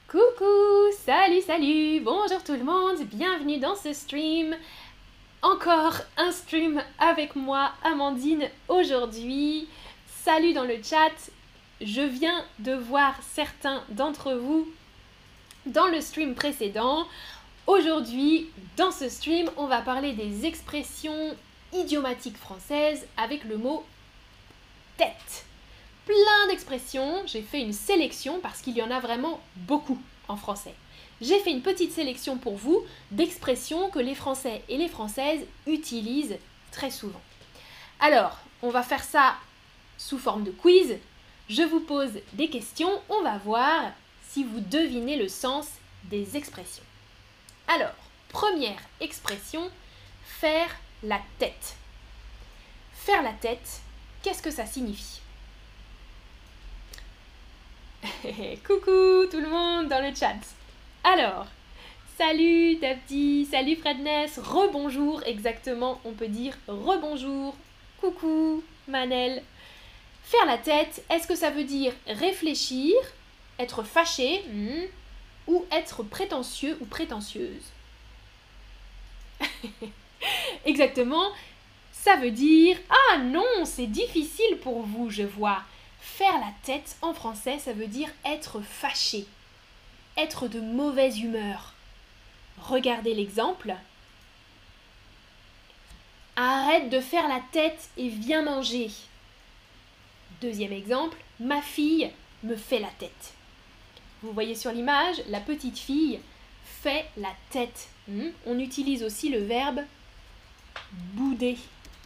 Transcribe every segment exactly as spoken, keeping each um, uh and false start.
Coucou, salut, salut, bonjour tout le monde, bienvenue dans ce stream. Encore un stream avec moi, Amandine, aujourd'hui. Salut dans le chat, je viens de voir certains d'entre vous dans le stream précédent. Aujourd'hui, dans ce stream, on va parler des expressions idiomatiques françaises avec le mot tête. Plein d'expressions, j'ai fait une sélection parce qu'il y en a vraiment beaucoup en français. J'ai fait une petite sélection pour vous d'expressions que les Français et les Françaises utilisent très souvent. Alors, on va faire ça sous forme de quiz. Je vous pose des questions, on va voir si vous devinez le sens des expressions. Alors, première expression, faire la tête. Faire la tête, qu'est-ce que ça signifie ? Coucou tout le monde dans le chat. Alors, salut Dabdi, salut Fredness, rebonjour, exactement, on peut dire rebonjour, coucou Manel. Faire la tête, est-ce que ça veut dire réfléchir, être fâché, hmm, ou être prétentieux ou prétentieuse? Exactement, ça veut dire « Ah non, c'est difficile pour vous, je vois ». Faire la tête, en français, ça veut dire être fâché, être de mauvaise humeur. Regardez l'exemple. Arrête de faire la tête et viens manger. Deuxième exemple, ma fille me fait la tête. Vous voyez sur l'image, la petite fille fait la tête. Hmm. On utilise aussi le verbe bouder.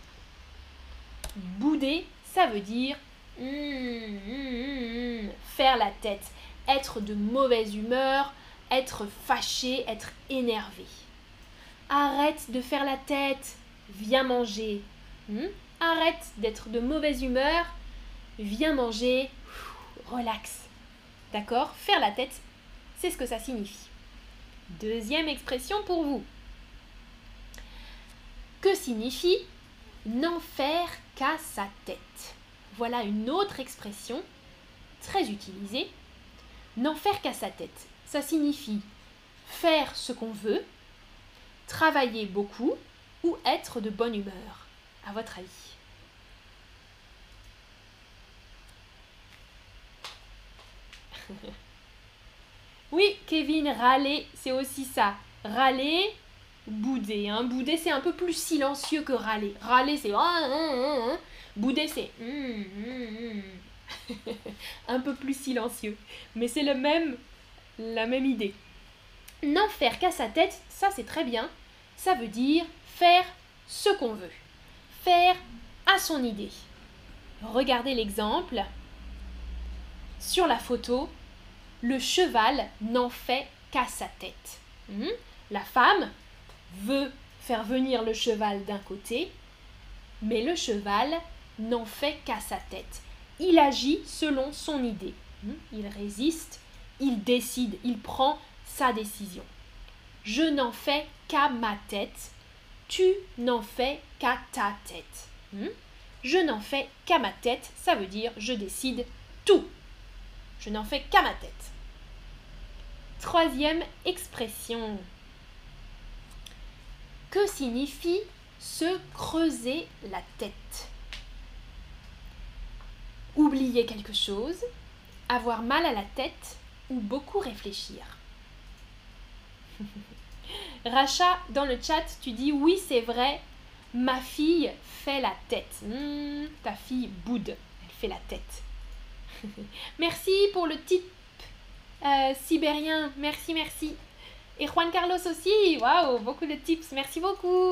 Bouder, ça veut dire Mmh, mmh, mmh, faire la tête, être de mauvaise humeur, être fâché, être énervé. Arrête de faire la tête, viens manger. Mmh? Arrête d'être de mauvaise humeur, viens manger, relax. D'accord? Faire la tête, c'est ce que ça signifie. Deuxième expression pour vous. Que signifie n'en faire qu'à sa tête? Voilà une autre expression très utilisée. N'en faire qu'à sa tête. Ça signifie faire ce qu'on veut, travailler beaucoup ou être de bonne humeur. À votre avis? Oui, Kevin, râler, c'est aussi ça. Râler, bouder. Hein. Bouder, c'est un peu plus silencieux que râler. Râler, c'est... Bouder, c'est mm, mm, mm. un peu plus silencieux. Mais c'est le même, la même idée. N'en faire qu'à sa tête, ça c'est très bien. Ça veut dire faire ce qu'on veut. Faire à son idée. Regardez l'exemple. Sur la photo, le cheval n'en fait qu'à sa tête. Hmm? La femme veut faire venir le cheval d'un côté, mais le cheval n'en fait qu'à sa tête. Il agit selon son idée. Il résiste, il décide, il prend sa décision. Je n'en fais qu'à ma tête, tu n'en fais qu'à ta tête. Je n'en fais qu'à ma tête, ça veut dire je décide tout. Je n'en fais qu'à ma tête. Troisième expression. Que signifie se creuser la tête? Oublier quelque chose, avoir mal à la tête ou beaucoup réfléchir. Racha, dans le chat, tu dis oui, c'est vrai, ma fille fait la tête. Mmh, ta fille boude, elle fait la tête. Merci pour le type euh, sibérien, merci, merci. Et Juan Carlos aussi, waouh, beaucoup de tips, merci beaucoup.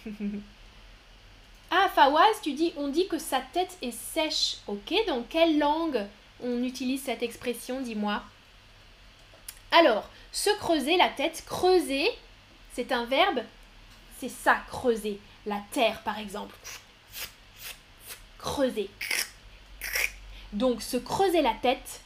Ah, Fawaz, tu dis, on dit que sa tête est sèche. Ok, dans quelle langue on utilise cette expression, dis-moi. Alors, se creuser la tête, creuser, c'est un verbe, c'est ça, creuser. La terre, par exemple. Creuser. Donc, se creuser la tête,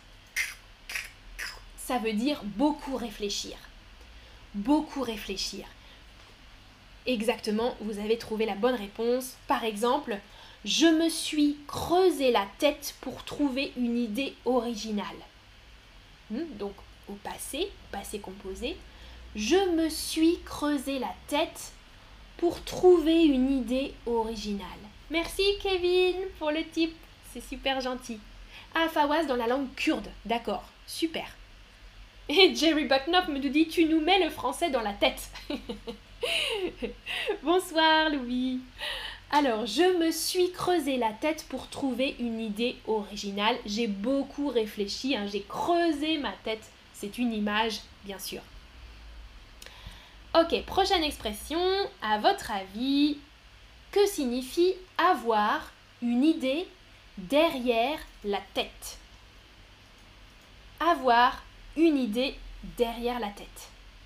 ça veut dire beaucoup réfléchir. Beaucoup réfléchir. Exactement, vous avez trouvé la bonne réponse. Par exemple, je me suis creusé la tête pour trouver une idée originale. Hmm, donc, au passé, passé composé. Je me suis creusé la tête pour trouver une idée originale. Merci Kevin pour le tip, c'est super gentil. Ah, Fawaz dans la langue kurde, d'accord, super. Et Jerry Bucknop me dit, tu nous mets le français dans la tête. Bonsoir Louis. Alors, je me suis creusé la tête pour trouver une idée originale. J'ai beaucoup réfléchi, hein, j'ai creusé ma tête. C'est une image, bien sûr. Ok, prochaine expression. À votre avis, que signifie avoir une idée derrière la tête? Avoir une idée derrière la tête.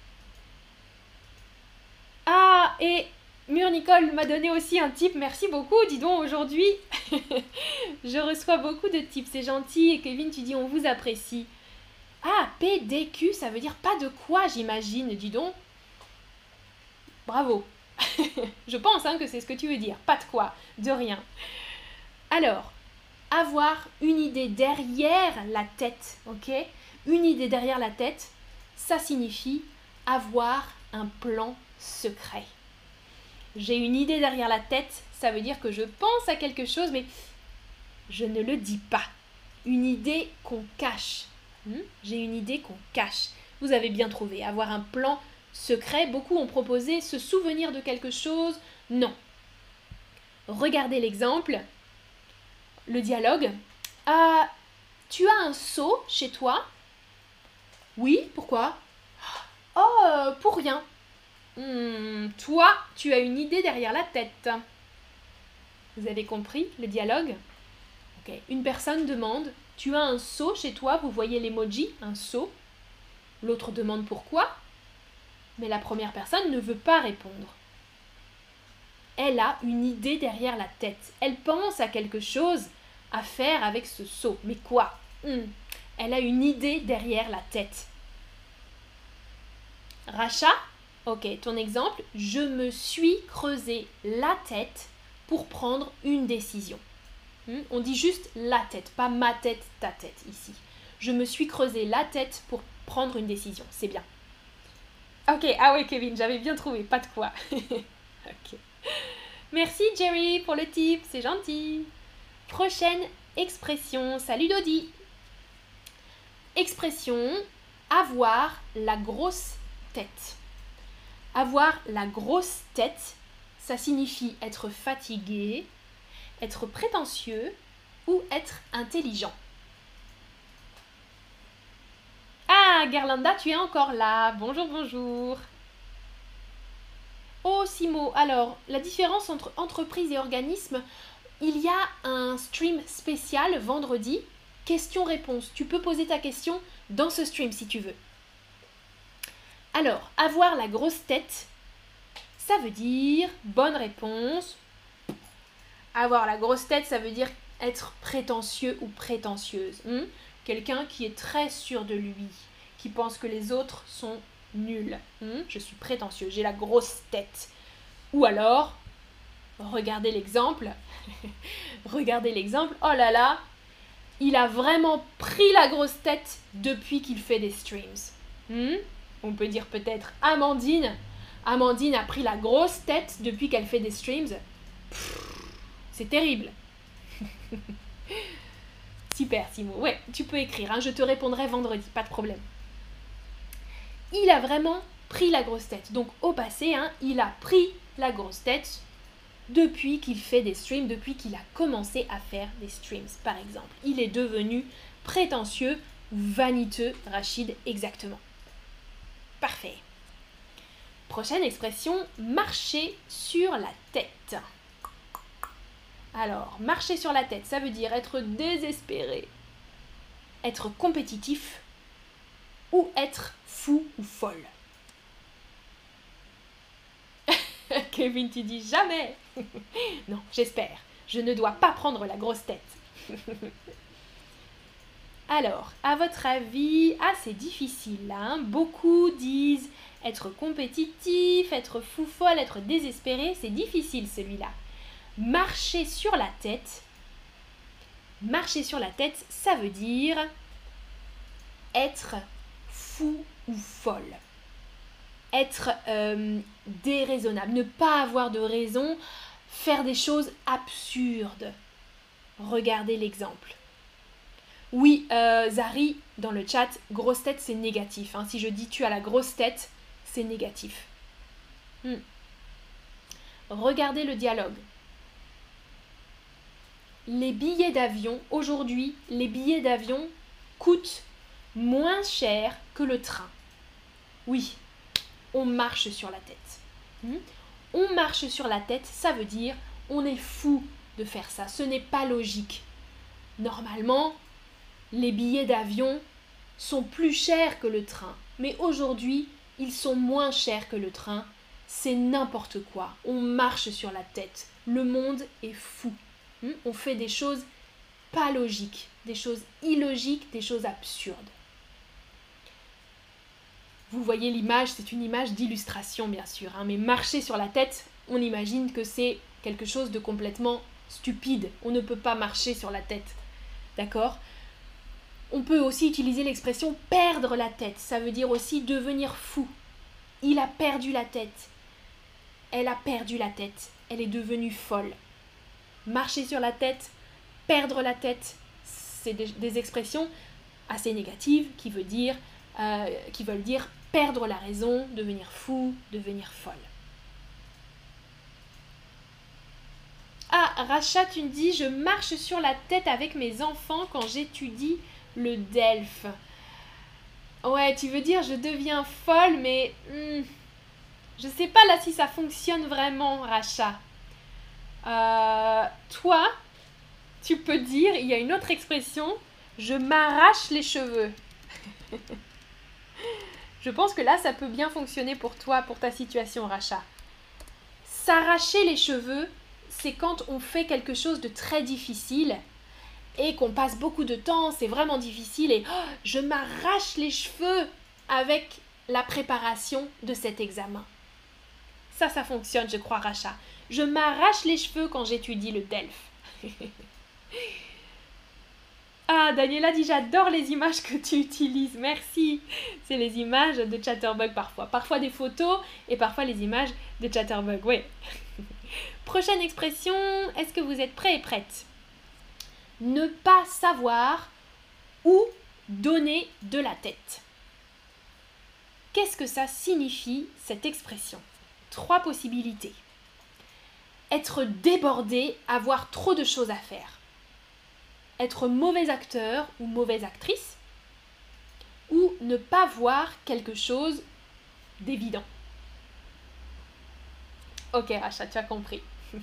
Ah, et Mur Nicole m'a donné aussi un tip, merci beaucoup, dis donc aujourd'hui, je reçois beaucoup de tips, c'est gentil, et Kevin tu dis on vous apprécie. Ah, P D Q, ça veut dire pas de quoi j'imagine, dis donc. Bravo, je pense hein, que c'est ce que tu veux dire, pas de quoi, de rien. Alors, avoir une idée derrière la tête, ok? Une idée derrière la tête, ça signifie avoir un plan secret. J'ai une idée derrière la tête, ça veut dire que je pense à quelque chose, mais je ne le dis pas. Une idée qu'on cache. Hmm? J'ai une idée qu'on cache. Vous avez bien trouvé, avoir un plan secret. Beaucoup ont proposé se souvenir de quelque chose. Non. Regardez l'exemple, le dialogue. Euh, tu as un seau chez toi? Oui, pourquoi? Oh, euh, pour rien. Hmm, toi, tu as une idée derrière la tête. Vous avez compris le dialogue? Okay. Une personne demande, tu as un seau chez toi? Vous voyez l'emoji, un seau. L'autre demande pourquoi? Mais la première personne ne veut pas répondre. Elle a une idée derrière la tête. Elle pense à quelque chose à faire avec ce seau. Mais quoi? hmm. Elle a une idée derrière la tête. Racha? Ok, ton exemple, je me suis creusé la tête pour prendre une décision. Hmm? On dit juste la tête, pas ma tête, ta tête ici. Je me suis creusé la tête pour prendre une décision, c'est bien. Ok, ah ouais Kevin, j'avais bien trouvé, pas de quoi. Ok. Merci Jerry pour le tip, c'est gentil. Prochaine expression, salut Dodi. Expression, avoir la grosse tête. Avoir la grosse tête, ça signifie être fatigué, être prétentieux ou être intelligent. Ah, Gerlanda, tu es encore là. Bonjour, bonjour. Oh, Simo, alors, la différence entre entreprise et organisme, il y a un stream spécial vendredi, question-réponse. Tu peux poser ta question dans ce stream si tu veux. Alors, avoir la grosse tête, ça veut dire, bonne réponse. Avoir la grosse tête, ça veut dire être prétentieux ou prétentieuse. Hmm? Quelqu'un qui est très sûr de lui, qui pense que les autres sont nuls. Hmm? Je suis prétentieux, j'ai la grosse tête. Ou alors, regardez l'exemple. Regardez l'exemple. Oh là là, il a vraiment pris la grosse tête depuis qu'il fait des streams. Hmm? On peut dire peut-être Amandine. Amandine a pris la grosse tête depuis qu'elle fait des streams. C'est terrible. Super, Simo. Ouais, tu peux écrire. Hein, je te répondrai vendredi, pas de problème. Il a vraiment pris la grosse tête. Donc, au passé, hein, il a pris la grosse tête depuis qu'il fait des streams, depuis qu'il a commencé à faire des streams, par exemple. Il est devenu prétentieux ou vaniteux, Rachid, exactement. Parfait. Prochaine expression, marcher sur la tête. Alors, marcher sur la tête, ça veut dire être désespéré, être compétitif ou être fou ou folle. Kevin, tu dis jamais. Non, j'espère. Je ne dois pas prendre la grosse tête. Alors, à votre avis, ah c'est difficile là, hein? Beaucoup disent être compétitif, être fou folle, être désespéré, c'est difficile celui-là. Marcher sur la tête, marcher sur la tête, ça veut dire être fou ou folle. Être euh, déraisonnable, ne pas avoir de raison, faire des choses absurdes. Regardez l'exemple. Oui, euh, Zari, dans le chat, grosse tête, c'est négatif. Hein. Si je dis tu as la grosse tête, c'est négatif. Hmm. Regardez le dialogue. Les billets d'avion, aujourd'hui, les billets d'avion coûtent moins cher que le train. Oui, on marche sur la tête. Hmm. On marche sur la tête, ça veut dire on est fou de faire ça. Ce n'est pas logique. Normalement, les billets d'avion sont plus chers que le train. Mais aujourd'hui, ils sont moins chers que le train. C'est n'importe quoi. On marche sur la tête. Le monde est fou. Hmm? On fait des choses pas logiques, des choses illogiques, des choses absurdes. Vous voyez l'image, c'est une image d'illustration bien sûr. Hein, mais marcher sur la tête, on imagine que c'est quelque chose de complètement stupide. On ne peut pas marcher sur la tête. D'accord ? On peut aussi utiliser l'expression perdre la tête. Ça veut dire aussi devenir fou. Il a perdu la tête. Elle a perdu la tête. Elle est devenue folle. Marcher sur la tête, perdre la tête, c'est des, des expressions assez négatives qui, veut dire, euh, qui veulent dire perdre la raison, devenir fou, devenir folle. Ah, Racha, tu me dis, je marche sur la tête avec mes enfants quand j'étudie le Delphes. Ouais, tu veux dire je deviens folle, mais hmm, je sais pas là si ça fonctionne vraiment, Racha. Euh, toi, tu peux dire, il y a une autre expression, je m'arrache les cheveux. Je pense que là, ça peut bien fonctionner pour toi, pour ta situation, Racha. S'arracher les cheveux, c'est quand on fait quelque chose de très difficile et qu'on passe beaucoup de temps, c'est vraiment difficile et oh, je m'arrache les cheveux avec la préparation de cet examen. Ça, ça fonctionne, je crois, Racha. Je m'arrache les cheveux quand j'étudie le Delphes. Ah, Daniela dit, j'adore les images que tu utilises. Merci. C'est les images de Chatterbug parfois. Parfois des photos et parfois les images de Chatterbug, oui. Prochaine expression, est-ce que vous êtes prêts et prêtes ? Ne pas savoir ou donner de la tête. Qu'est-ce que ça signifie, cette expression ? Trois possibilités. Être débordé, avoir trop de choses à faire. Être mauvais acteur ou mauvaise actrice. Ou ne pas voir quelque chose d'évident. Ok, Racha, tu as compris.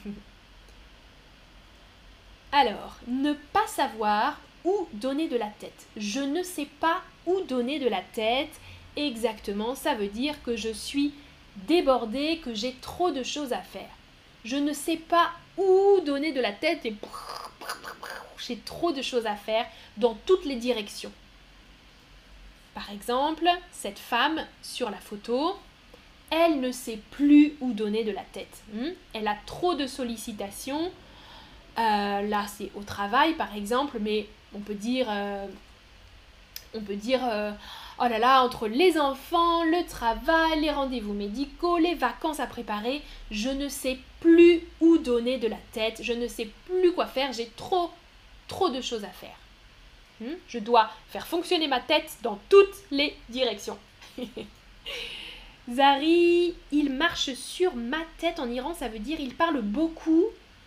Alors, ne pas savoir où donner de la tête. Je ne sais pas où donner de la tête. Exactement, ça veut dire que je suis débordée, que j'ai trop de choses à faire. Je ne sais pas où donner de la tête et j'ai trop de choses à faire dans toutes les directions. Par exemple, cette femme sur la photo, elle ne sait plus où donner de la tête. Elle a trop de sollicitations. Euh, là, c'est au travail, par exemple, mais on peut dire, euh, on peut dire, euh, oh là là, entre les enfants, le travail, les rendez-vous médicaux, les vacances à préparer, je ne sais plus où donner de la tête, je ne sais plus quoi faire, j'ai trop, trop de choses à faire. Hmm? Je dois faire fonctionner ma tête dans toutes les directions. Zari, il marche sur ma tête en Iran, ça veut dire il parle beaucoup.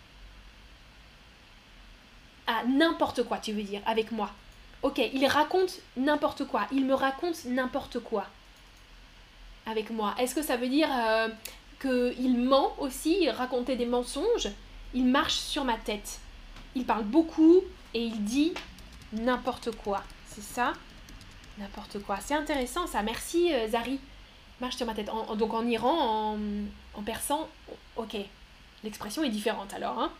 Ah, n'importe quoi, tu veux dire, avec moi. Ok, il raconte n'importe quoi. Il me raconte n'importe quoi. Avec moi. Est-ce que ça veut dire euh, qu'il ment aussi, il racontait des mensonges? Il marche sur ma tête. Il parle beaucoup et il dit n'importe quoi. C'est ça? N'importe quoi. C'est intéressant ça. Merci euh, Zari. Marche sur ma tête. En, donc en Iran, en, en persan, ok. L'expression est différente alors. Hein.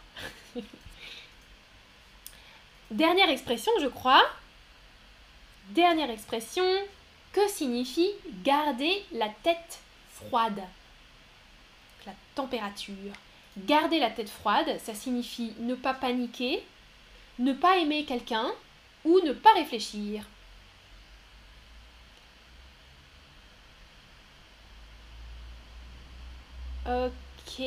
Dernière expression, je crois. Dernière expression. Que signifie garder la tête froide? La température. Garder la tête froide, ça signifie ne pas paniquer, ne pas aimer quelqu'un ou ne pas réfléchir. Ok.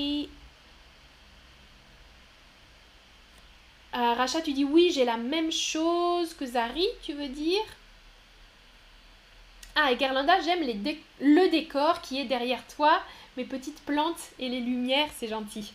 Euh, Racha, tu dis oui, j'ai la même chose que Zari, tu veux dire? Ah, et Garlanda, j'aime les dé- le décor qui est derrière toi, mes petites plantes et les lumières, c'est gentil.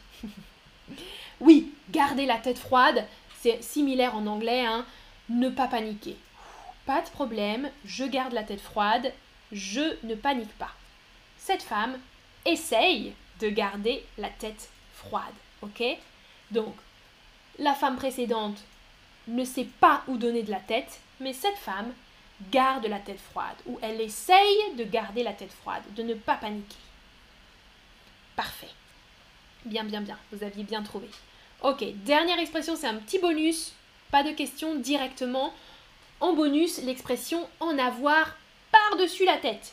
Oui, garder la tête froide, c'est similaire en anglais, hein, ne pas paniquer. Pas de problème, je garde la tête froide, je ne panique pas. Cette femme essaye de garder la tête froide, ok? Donc, la femme précédente ne sait pas où donner de la tête, mais cette femme garde la tête froide, ou elle essaye de garder la tête froide, de ne pas paniquer. Parfait. Bien, bien, bien. Vous aviez bien trouvé. Ok, dernière expression, c'est un petit bonus. Pas de question directement. En bonus, l'expression en avoir par-dessus la tête.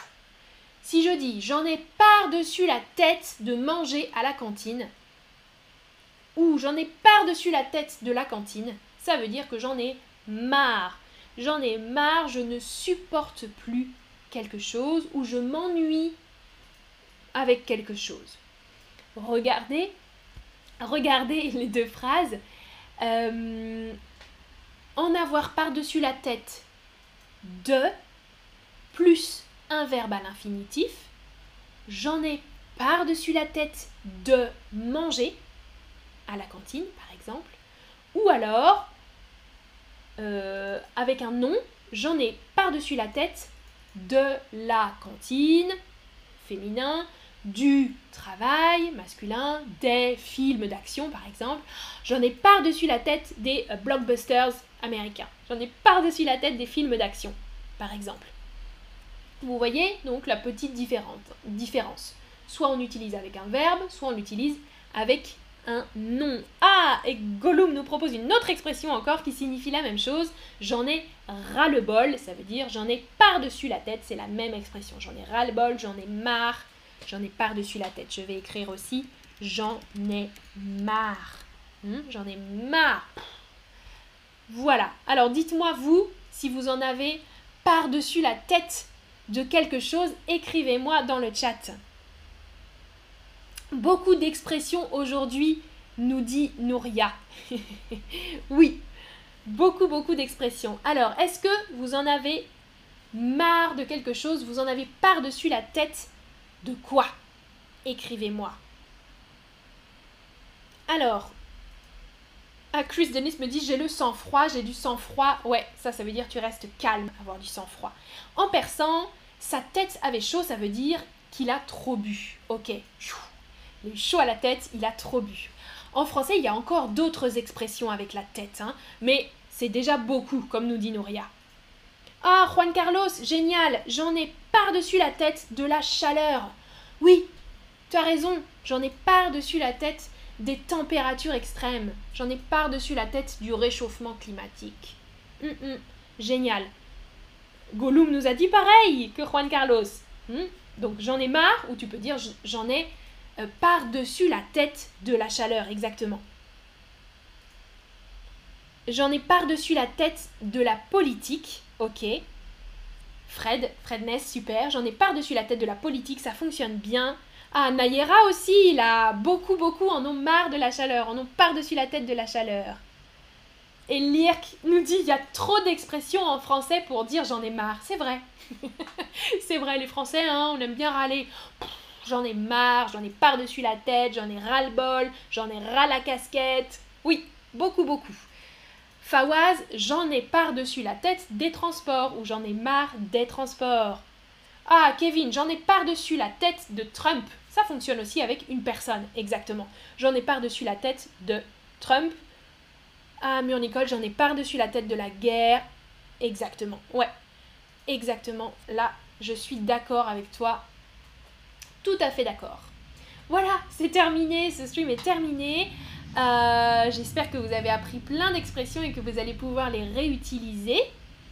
Si je dis j'en ai par-dessus la tête de manger à la cantine, ou j'en ai par-dessus la tête de la cantine, ça veut dire que j'en ai marre. J'en ai marre, je ne supporte plus quelque chose ou je m'ennuie avec quelque chose. Regardez, regardez les deux phrases. Euh, en avoir par-dessus la tête de plus un verbe à l'infinitif. J'en ai par-dessus la tête de manger à la cantine, par exemple. Ou alors, euh, avec un nom, j'en ai par-dessus la tête de la cantine, féminin, du travail, masculin, des films d'action, par exemple. J'en ai par-dessus la tête des euh, blockbusters américains. J'en ai par-dessus la tête des films d'action, par exemple. Vous voyez donc la petite différence. Soit on utilise avec un verbe, soit on l'utilise avec un nom. Ah, et Gollum nous propose une autre expression encore qui signifie la même chose. J'en ai ras-le-bol, ça veut dire j'en ai par-dessus la tête, c'est la même expression. J'en ai ras-le-bol, j'en ai marre, j'en ai par-dessus la tête. Je vais écrire aussi j'en ai marre. Hmm, j'en ai marre. Voilà. Alors dites-moi vous, si vous en avez par-dessus la tête de quelque chose, écrivez-moi dans le chat. Beaucoup d'expressions aujourd'hui, nous dit Nouria. Oui, beaucoup, beaucoup d'expressions. Alors, est-ce que vous en avez marre de quelque chose? Vous en avez par-dessus la tête de quoi? Écrivez-moi. Alors, ah, Chris Dennis me dit, j'ai le sang-froid, j'ai du sang-froid. Ouais, ça, ça veut dire tu restes calme, avoir du sang-froid. En persan, sa tête avait chaud, ça veut dire qu'il a trop bu. Ok. Il a eu chaud à la tête, il a trop bu. En français, il y a encore d'autres expressions avec la tête, hein, mais c'est déjà beaucoup, comme nous dit Nouria. Ah, Juan Carlos, génial, j'en ai par-dessus la tête de la chaleur. Oui, tu as raison, j'en ai par-dessus la tête des températures extrêmes. J'en ai par-dessus la tête du réchauffement climatique. Hum, hum, génial. Gollum nous a dit pareil que Juan Carlos. Hum, donc j'en ai marre, ou tu peux dire j'en ai euh, par-dessus la tête de la chaleur, exactement. J'en ai par-dessus la tête de la politique, ok. Fred, Fred Ness, super. J'en ai par-dessus la tête de la politique, ça fonctionne bien. Ah, Nayera aussi, il a beaucoup, beaucoup en ont marre de la chaleur, en ont par-dessus la tête de la chaleur. Et Lirk nous dit, il y a trop d'expressions en français pour dire j'en ai marre. C'est vrai. C'est vrai, les Français, hein, on aime bien râler. Pff, j'en ai marre, j'en ai par-dessus la tête, j'en ai ras-le-bol, j'en ai ras la casquette. Oui, beaucoup, beaucoup. Fawaz, j'en ai par-dessus la tête des transports, ou j'en ai marre des transports. Ah, Kevin, j'en ai par-dessus la tête de Trump. Ça fonctionne aussi avec une personne, exactement. J'en ai par-dessus la tête de Trump. Ah, Mur Nicole, j'en ai par-dessus la tête de la guerre. Exactement, ouais. Exactement, là, je suis d'accord avec toi. Tout à fait d'accord. Voilà, c'est terminé, ce stream est terminé. Euh, j'espère que vous avez appris plein d'expressions et que vous allez pouvoir les réutiliser.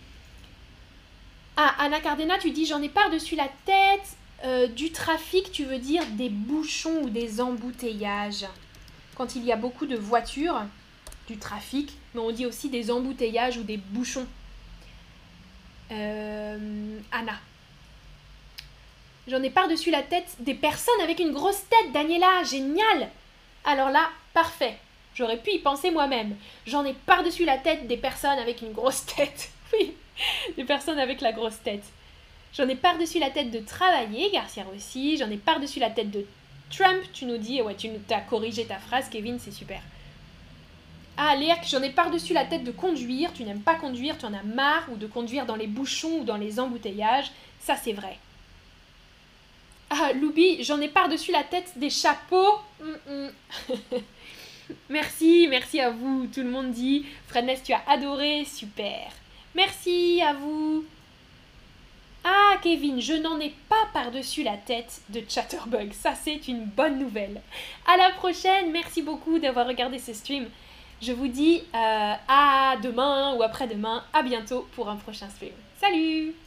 Ah, Anna Cardena, tu dis j'en ai par-dessus la tête euh, du trafic, tu veux dire des bouchons ou des embouteillages. Quand il y a beaucoup de voitures, du trafic, mais on dit aussi des embouteillages ou des bouchons. Euh, Anna. J'en ai par-dessus la tête des personnes avec une grosse tête, Daniela, génial. Alors là, parfait. J'aurais pu y penser moi-même. J'en ai par-dessus la tête des personnes avec une grosse tête. Oui, des personnes avec la grosse tête. J'en ai par-dessus la tête de travailler, Garcia Rossi. J'en ai par-dessus la tête de Trump, tu nous dis. Ouais, tu as corrigé ta phrase, Kevin, c'est super. Ah, Léa, j'en ai par-dessus la tête de conduire. Tu n'aimes pas conduire, tu en as marre, ou de conduire dans les bouchons ou dans les embouteillages. Ça, c'est vrai. Ah, Loubi, j'en ai par-dessus la tête des chapeaux. Mm-mm. Merci, merci à vous. Tout le monde dit, Fredness, tu as adoré, super. Merci à vous. Ah, Kevin, je n'en ai pas par-dessus la tête de Chatterbug. Ça, c'est une bonne nouvelle. À la prochaine. Merci beaucoup d'avoir regardé ce stream. Je vous dis euh, à demain ou après-demain. À bientôt pour un prochain stream. Salut!